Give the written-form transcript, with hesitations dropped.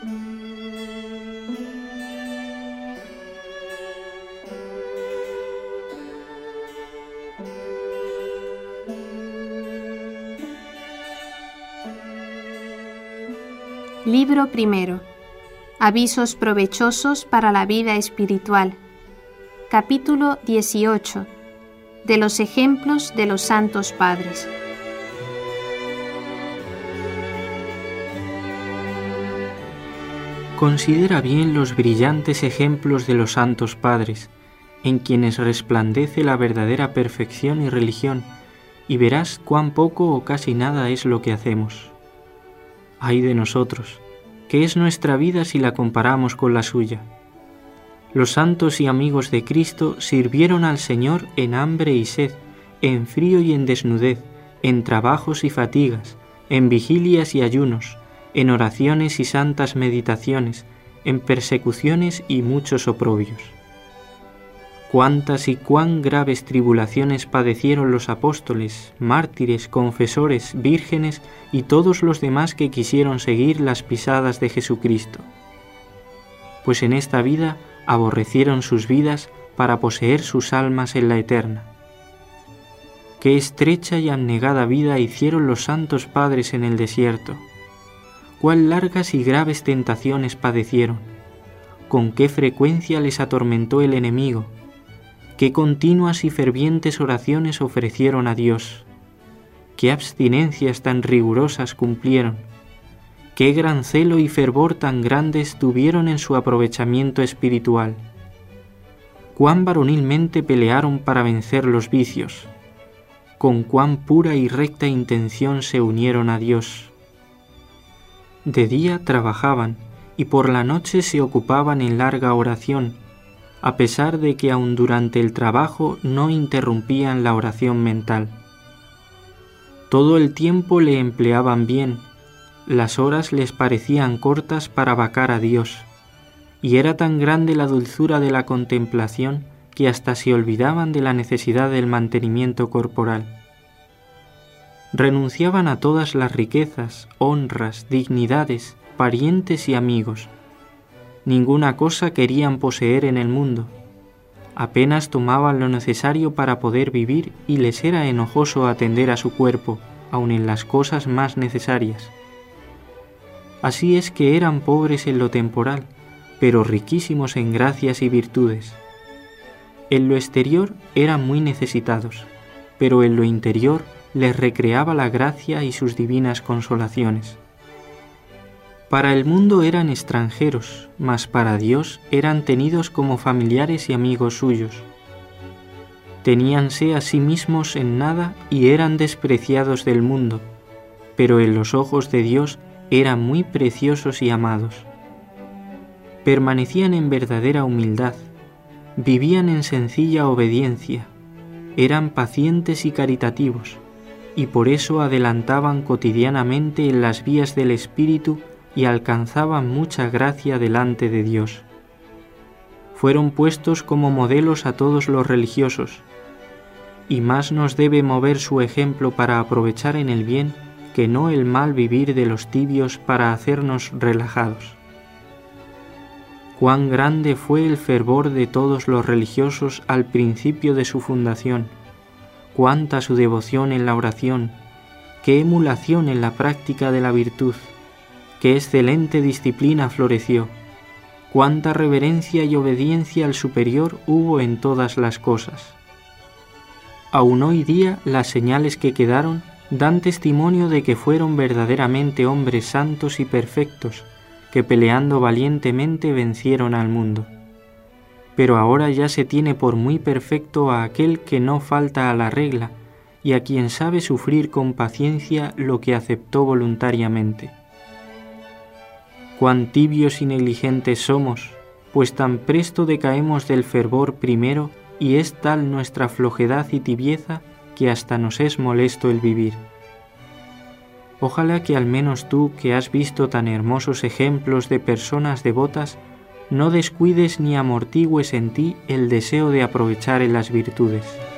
Libro primero. Avisos provechosos para la vida espiritual. Capítulo 18. De los ejemplos de los santos padres. Considera bien los brillantes ejemplos de los santos padres, en quienes resplandece la verdadera perfección y religión, y verás cuán poco o casi nada es lo que hacemos. Ay de nosotros, ¿qué es nuestra vida si la comparamos con la suya? Los santos y amigos de Cristo sirvieron al Señor en hambre y sed, en frío y en desnudez, en trabajos y fatigas, en vigilias y ayunos, en oraciones y santas meditaciones, en persecuciones y muchos oprobios. Cuántas y cuán graves tribulaciones padecieron los apóstoles, mártires, confesores, vírgenes y todos los demás que quisieron seguir las pisadas de Jesucristo. Pues en esta vida aborrecieron sus vidas para poseer sus almas en la eterna. Qué estrecha y abnegada vida hicieron los santos padres en el desierto. Cuán largas y graves tentaciones padecieron. Con qué frecuencia les atormentó el enemigo. Qué continuas y fervientes oraciones ofrecieron a Dios. Qué abstinencias tan rigurosas cumplieron. Qué gran celo y fervor tan grandes tuvieron en su aprovechamiento espiritual. Cuán varonilmente pelearon para vencer los vicios. Con cuán pura y recta intención se unieron a Dios. De día trabajaban y por la noche se ocupaban en larga oración, a pesar de que aun durante el trabajo no interrumpían la oración mental. Todo el tiempo le empleaban bien, las horas les parecían cortas para vacar a Dios, y era tan grande la dulzura de la contemplación que hasta se olvidaban de la necesidad del mantenimiento corporal. Renunciaban a todas las riquezas, honras, dignidades, parientes y amigos. Ninguna cosa querían poseer en el mundo. Apenas tomaban lo necesario para poder vivir y les era enojoso atender a su cuerpo, aun en las cosas más necesarias. Así es que eran pobres en lo temporal, pero riquísimos en gracias y virtudes. En lo exterior eran muy necesitados, pero en lo interior les recreaba la gracia y sus divinas consolaciones. Para el mundo eran extranjeros, mas para Dios eran tenidos como familiares y amigos suyos. Teníanse a sí mismos en nada y eran despreciados del mundo, pero en los ojos de Dios eran muy preciosos y amados. Permanecían en verdadera humildad, vivían en sencilla obediencia, eran pacientes y caritativos, y por eso adelantaban cotidianamente en las vías del Espíritu y alcanzaban mucha gracia delante de Dios. Fueron puestos como modelos a todos los religiosos, y más nos debe mover su ejemplo para aprovechar en el bien que no el mal vivir de los tibios para hacernos relajados. Cuán grande fue el fervor de todos los religiosos al principio de su fundación, cuánta su devoción en la oración, qué emulación en la práctica de la virtud, qué excelente disciplina floreció, cuánta reverencia y obediencia al superior hubo en todas las cosas. Aún hoy día las señales que quedaron dan testimonio de que fueron verdaderamente hombres santos y perfectos, que peleando valientemente vencieron al mundo. Pero ahora ya se tiene por muy perfecto a aquel que no falta a la regla y a quien sabe sufrir con paciencia lo que aceptó voluntariamente. Cuán tibios y negligentes somos, pues tan presto decaemos del fervor primero y es tal nuestra flojedad y tibieza que hasta nos es molesto el vivir. Ojalá que al menos tú, que has visto tan hermosos ejemplos de personas devotas, no descuides ni amortigües en ti el deseo de aprovechar en las virtudes.